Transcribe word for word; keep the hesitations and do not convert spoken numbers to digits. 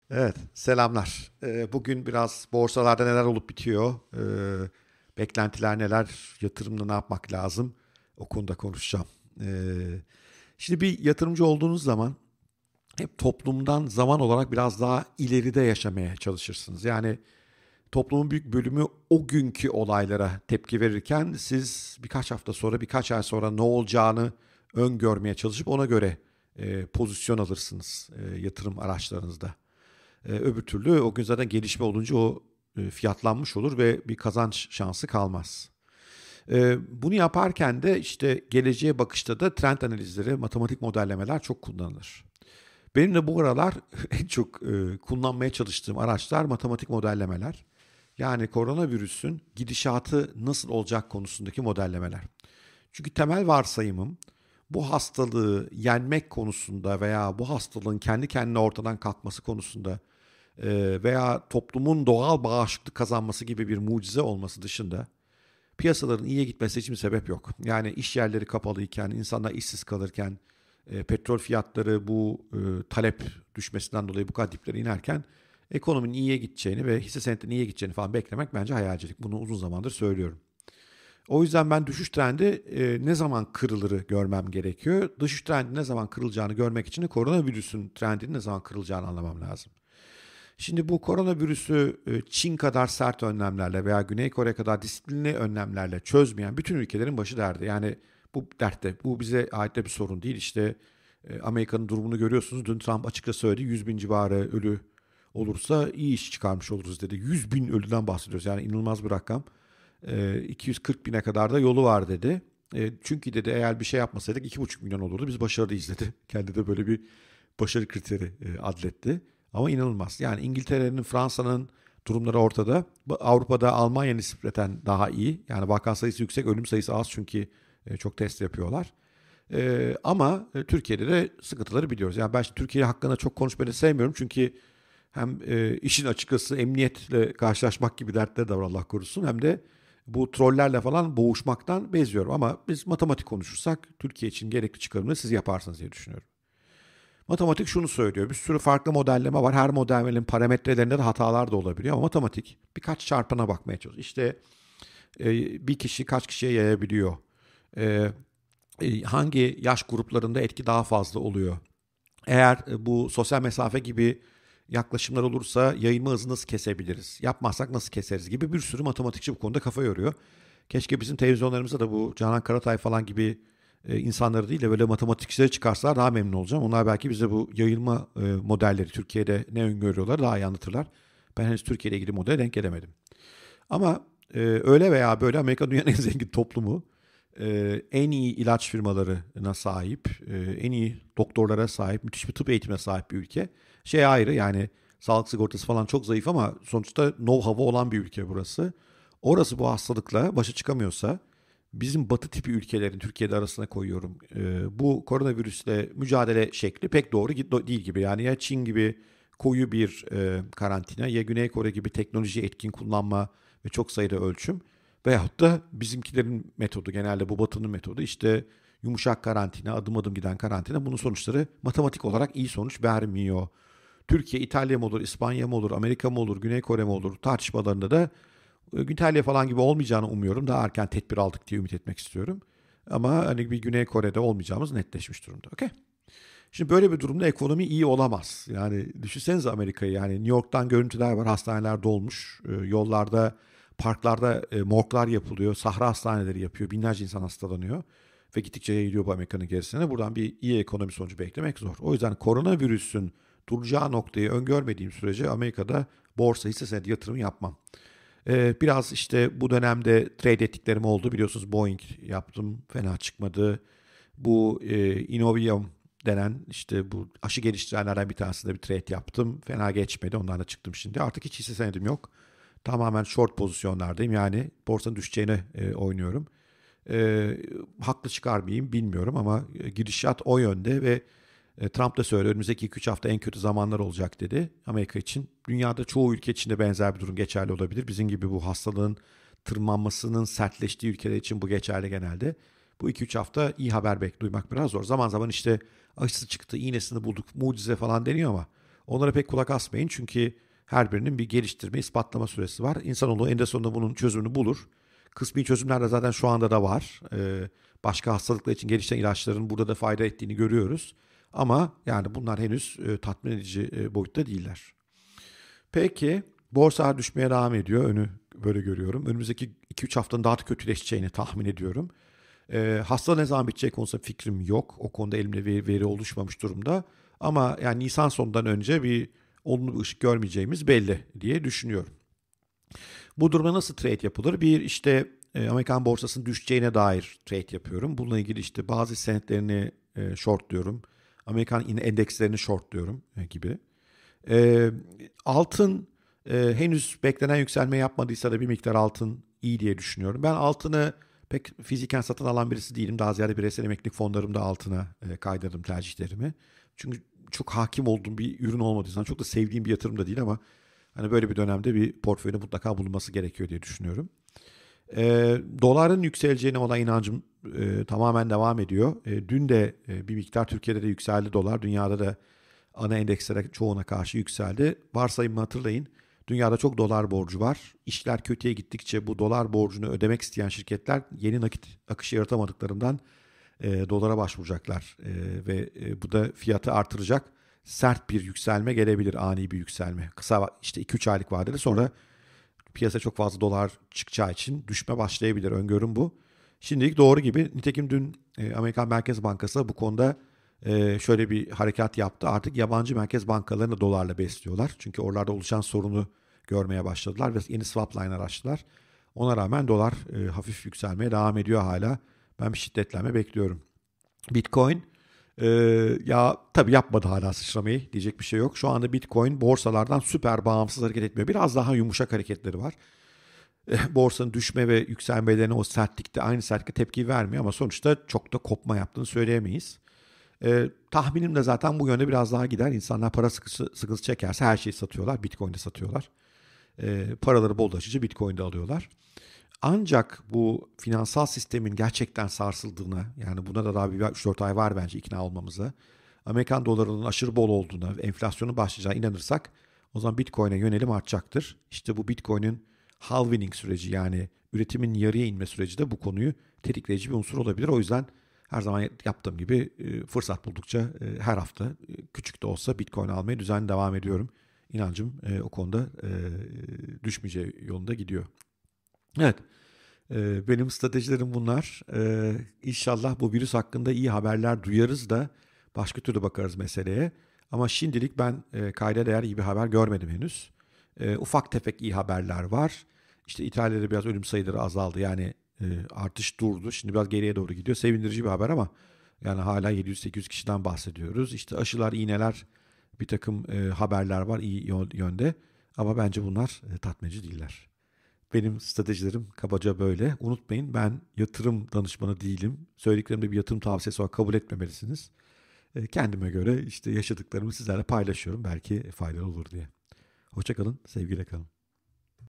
Evet, selamlar. Ee, bugün biraz borsalarda neler olup bitiyor, ee, beklentiler neler, yatırımda ne yapmak lazım, o konuda konuşacağım. Ee, şimdi bir yatırımcı olduğunuz zaman hep toplumdan zaman olarak biraz daha ileride yaşamaya çalışırsınız. Yani toplumun büyük bölümü o günkü olaylara tepki verirken siz birkaç hafta sonra, birkaç ay sonra ne olacağını öngörmeye çalışıp ona göre e, pozisyon alırsınız e, yatırım araçlarınızda. E, öbür türlü o gün zaten gelişme olunca o e, fiyatlanmış olur ve bir kazanç şansı kalmaz. E, bunu yaparken de işte geleceğe bakışta da trend analizleri, matematik modellemeler çok kullanılır. Benim de bu aralar en çok e, kullanmaya çalıştığım araçlar matematik modellemeler. Yani koronavirüsün gidişatı nasıl olacak konusundaki modellemeler. Çünkü temel varsayımım bu hastalığı yenmek konusunda veya bu hastalığın kendi kendine ortadan kalkması konusunda e, veya toplumun doğal bağışıklık kazanması gibi bir mucize olması dışında piyasaların iyiye gitmesi için bir sebep yok. Yani iş yerleri kapalıyken, insanlar işsiz kalırken, e, petrol fiyatları bu e, talep düşmesinden dolayı bu kadar diplere inerken ekonominin iyiye gideceğini ve hisse senetlerinin iyiye gideceğini falan beklemek bence hayalcilik. Bunu uzun zamandır söylüyorum. O yüzden ben düşüş trendi e, ne zaman kırılırı görmem gerekiyor. Düşüş trendi ne zaman kırılacağını görmek için de koronavirüsün trendinin ne zaman kırılacağını anlamam lazım. Şimdi bu koronavirüsü e, Çin kadar sert önlemlerle veya Güney Kore kadar disiplinli önlemlerle çözmeyen bütün ülkelerin başı derdi. Yani bu dertte. Bu bize ait de bir sorun değil. İşte e, Amerika'nın durumunu görüyorsunuz. Dün Trump açıkça söyledi. yüz bin civarı ölü olursa iyi iş çıkarmış oluruz dedi. yüz bin ölüden bahsediyoruz. Yani inanılmaz bir rakam. E, iki yüz kırk bine kadar da yolu var dedi. E, çünkü dedi eğer bir şey yapmasaydık iki buçuk milyon olurdu. Biz başarılıyız dedi. Kendi de böyle bir başarı kriteri e, adletti. Ama inanılmaz. Yani İngiltere'nin, Fransa'nın durumları ortada. Avrupa'da Almanya nispeten daha iyi. Yani vaka sayısı yüksek, ölüm sayısı az çünkü e, çok test yapıyorlar. E, ama e, Türkiye'de de sıkıntıları biliyoruz. Yani ben şimdi Türkiye hakkında çok konuşmayı da sevmiyorum. Çünkü hem e, işin açıkçası emniyetle karşılaşmak gibi dertleri de var Allah korusun. Hem de bu trollerle falan boğuşmaktan beziyorum. Ama biz matematik konuşursak Türkiye için gerekli çıkarımları siz yaparsınız diye düşünüyorum. Matematik şunu söylüyor. Bir sürü farklı modelleme var. Her modellemenin parametrelerinde de hatalar da olabiliyor. Ama matematik birkaç çarpana bakmaya çalışıyor. İşte e, bir kişi kaç kişiye yayabiliyor? E, e, hangi yaş gruplarında etki daha fazla oluyor? Eğer e, bu sosyal mesafe gibi yaklaşımlar olursa yayılma hızını nasıl kesebiliriz? Yapmazsak nasıl keseriz gibi bir sürü matematikçi bu konuda kafa yoruyor. Keşke bizim televizyonlarımızda da bu Canan Karatay falan gibi e, insanları değil de böyle matematikçileri çıkarsalar daha memnun olacağım. Onlar belki bize bu yayılma e, modelleri Türkiye'de ne öngörüyorlar daha iyi anlatırlar. Ben henüz Türkiye ile ilgili modele denk gelemedim. Ama e, öyle veya böyle Amerika dünyanın en zengin toplumu. E, en iyi ilaç firmalarına sahip, e, en iyi doktorlara sahip, müthiş bir tıp eğitimine sahip bir ülke. Şey ayrı yani sağlık sigortası falan çok zayıf ama sonuçta know-how'ı olan bir ülke burası. Orası bu hastalıkla başa çıkamıyorsa bizim batı tipi ülkelerin Türkiye'de arasına koyuyorum. E, bu koronavirüsle mücadele şekli pek doğru değil gibi. Yani ya Çin gibi koyu bir e, karantina ya Güney Kore gibi teknoloji etkin kullanma ve çok sayıda ölçüm veyahut da bizimkilerin metodu genelde bu batının metodu işte yumuşak karantina, adım adım giden karantina bunun sonuçları matematik olarak iyi sonuç vermiyor. Türkiye, İtalya mı olur, İspanya mı olur, Amerika mı olur, Güney Kore mi olur tartışmalarında da e, İtalya falan gibi olmayacağını umuyorum. Daha erken tedbir aldık diye ümit etmek istiyorum. Ama hani bir Güney Kore'de olmayacağımız netleşmiş durumda. Okey. Şimdi böyle bir durumda ekonomi iyi olamaz. Yani düşünsenize Amerika'yı yani New York'tan görüntüler var. Hastaneler dolmuş. E, yollarda, parklarda e, morglar yapılıyor. Sahra hastaneleri yapıyor. Binlerce insan hastalanıyor. Ve gittikçe yayılıyor bu Amerika'nın gerisine. Buradan bir iyi ekonomi sonucu beklemek zor. O yüzden koronavirüsün duracağı noktayı öngörmediğim sürece Amerika'da borsa hisse senedi yatırımı yapmam. Ee, biraz işte bu dönemde trade ettiklerim oldu. Biliyorsunuz Boeing yaptım. Fena çıkmadı. Bu e, Innovium denen işte bu aşı geliştirenlerden bir tanesinde bir trade yaptım. Fena geçmedi. Ondan da çıktım şimdi. Artık hiç hisse senedim yok. Tamamen short pozisyonlardayım. Yani borsanın düşeceğine e, oynuyorum. E, haklı çıkar mıyım bilmiyorum ama e, gidişat o yönde ve e, Trump da söyledi önümüzdeki iki üç hafta en kötü zamanlar olacak dedi Amerika için. Dünyada çoğu ülke için de benzer bir durum geçerli olabilir. Bizim gibi bu hastalığın tırmanmasının sertleştiği ülkeler için bu geçerli genelde. Bu iki üç hafta iyi haber bek duymak biraz zor. Zaman zaman işte aşısı çıktı, iğnesini bulduk, mucize falan deniyor ama Onlara pek kulak asmayın çünkü her birinin bir geliştirme, ispatlama süresi var. İnsanoğlu eninde sonunda bunun çözümünü bulur. Kısmi çözümler de zaten şu anda da var. Ee, başka hastalıklar için gelişen ilaçların burada da fayda ettiğini görüyoruz. Ama yani bunlar henüz e, tatmin edici e, boyutta değiller. Peki borsa düşmeye devam ediyor. Önü böyle görüyorum. Önümüzdeki iki üç haftanın daha da kötüleşeceğini tahmin ediyorum. E, hasta ne zaman bitecek konusunda fikrim yok. O konuda elimde veri, veri oluşmamış durumda. Ama yani Nisan sonundan önce bir olumlu bir ışık görmeyeceğimiz belli diye düşünüyorum. Bu durumda nasıl trade yapılır? Bir işte e, Amerikan borsasının düşeceğine dair trade yapıyorum. Bununla ilgili işte bazı senetlerini e, shortluyorum. Amerikan endekslerini shortluyorum e, gibi. E, altın e, henüz beklenen yükselme yapmadıysa da bir miktar altın iyi diye düşünüyorum. Ben altını pek fiziken satın alan birisi değilim. Daha ziyade bireysel emeklilik fonlarımda altına e, kaydırdım tercihlerimi. Çünkü çok hakim olduğum bir ürün olmadıysa, çok da sevdiğim bir yatırım da değil ama hani böyle bir dönemde bir portföyde mutlaka bulunması gerekiyor diye düşünüyorum. E, doların yükseleceğine olan inancım e, tamamen devam ediyor. E, dün de e, bir miktar Türkiye'de de yükseldi dolar. Dünyada da ana endekslere çoğuna karşı yükseldi. Varsayımı hatırlayın. Dünyada çok dolar borcu var. İşler kötüye gittikçe bu dolar borcunu ödemek isteyen şirketler yeni nakit akışı yaratamadıklarından e, dolara başvuracaklar. E, ve e, bu da fiyatı artıracak. Sert bir yükselme gelebilir, ani bir yükselme. Kısa işte iki üç aylık vadede sonra piyasa çok fazla dolar çıkacağı için düşme başlayabilir. Öngörüm bu. Şimdilik doğru gibi. Nitekim dün e, Amerikan Merkez Bankası bu konuda e, şöyle bir harekat yaptı. Artık yabancı merkez bankalarını da dolarla besliyorlar. Çünkü oralarda oluşan sorunu görmeye başladılar ve yeni swap line'lar açtılar. Ona rağmen dolar e, hafif yükselmeye devam ediyor hala. Ben bir şiddetlenme bekliyorum. Bitcoin e, ya tabii yapmadı hala sıçramayı, diyecek bir şey yok. Şu anda Bitcoin borsalardan süper bağımsız hareket etmiyor. Biraz daha yumuşak hareketleri var. E, borsanın düşme ve yükselmelerine o sertlikte aynı sertlikte tepki vermiyor ama sonuçta çok da kopma yaptığını söyleyemeyiz. E, tahminim de zaten bu yönde biraz daha gider. İnsanlar para sıkıntısı, sıkıntısı çekerse her şeyi satıyorlar. Bitcoin'de satıyorlar. E, paraları bollaşınca Bitcoin'de alıyorlar. Ancak bu finansal sistemin gerçekten sarsıldığına, yani buna da daha bir üç dört ay var bence ikna olmamıza, Amerikan dolarının aşırı bol olduğuna, enflasyonun başlayacağına inanırsak o zaman Bitcoin'e yönelim artacaktır. İşte bu Bitcoin'in halving süreci, yani üretimin yarıya inme süreci de bu konuyu tetikleyici bir unsur olabilir. O yüzden her zaman yaptığım gibi fırsat buldukça her hafta küçük de olsa Bitcoin almaya düzenli devam ediyorum. İnancım o konuda düşmeyeceği yolunda gidiyor. Evet, benim stratejilerim bunlar. İnşallah bu virüs hakkında iyi haberler duyarız da başka türlü bakarız meseleye. Ama şimdilik ben kayda değer iyi bir haber görmedim henüz. Ufak tefek iyi haberler var. İşte İtalya'da biraz ölüm sayıları azaldı. Yani artış durdu. Şimdi biraz geriye doğru gidiyor. Sevindirici bir haber ama yani hala yedi yüz sekiz yüz kişiden bahsediyoruz. İşte aşılar, iğneler, bir takım haberler var iyi yönde. Ama bence bunlar tatmin edici değiller. Benim stratejilerim kabaca böyle. Unutmayın, ben yatırım danışmanı değilim. Söylediklerimde bir yatırım tavsiyesi olarak kabul etmemelisiniz. Kendime göre işte yaşadıklarımı sizlerle paylaşıyorum. Belki faydalı olur diye. Hoşça kalın, sevgiyle kalın.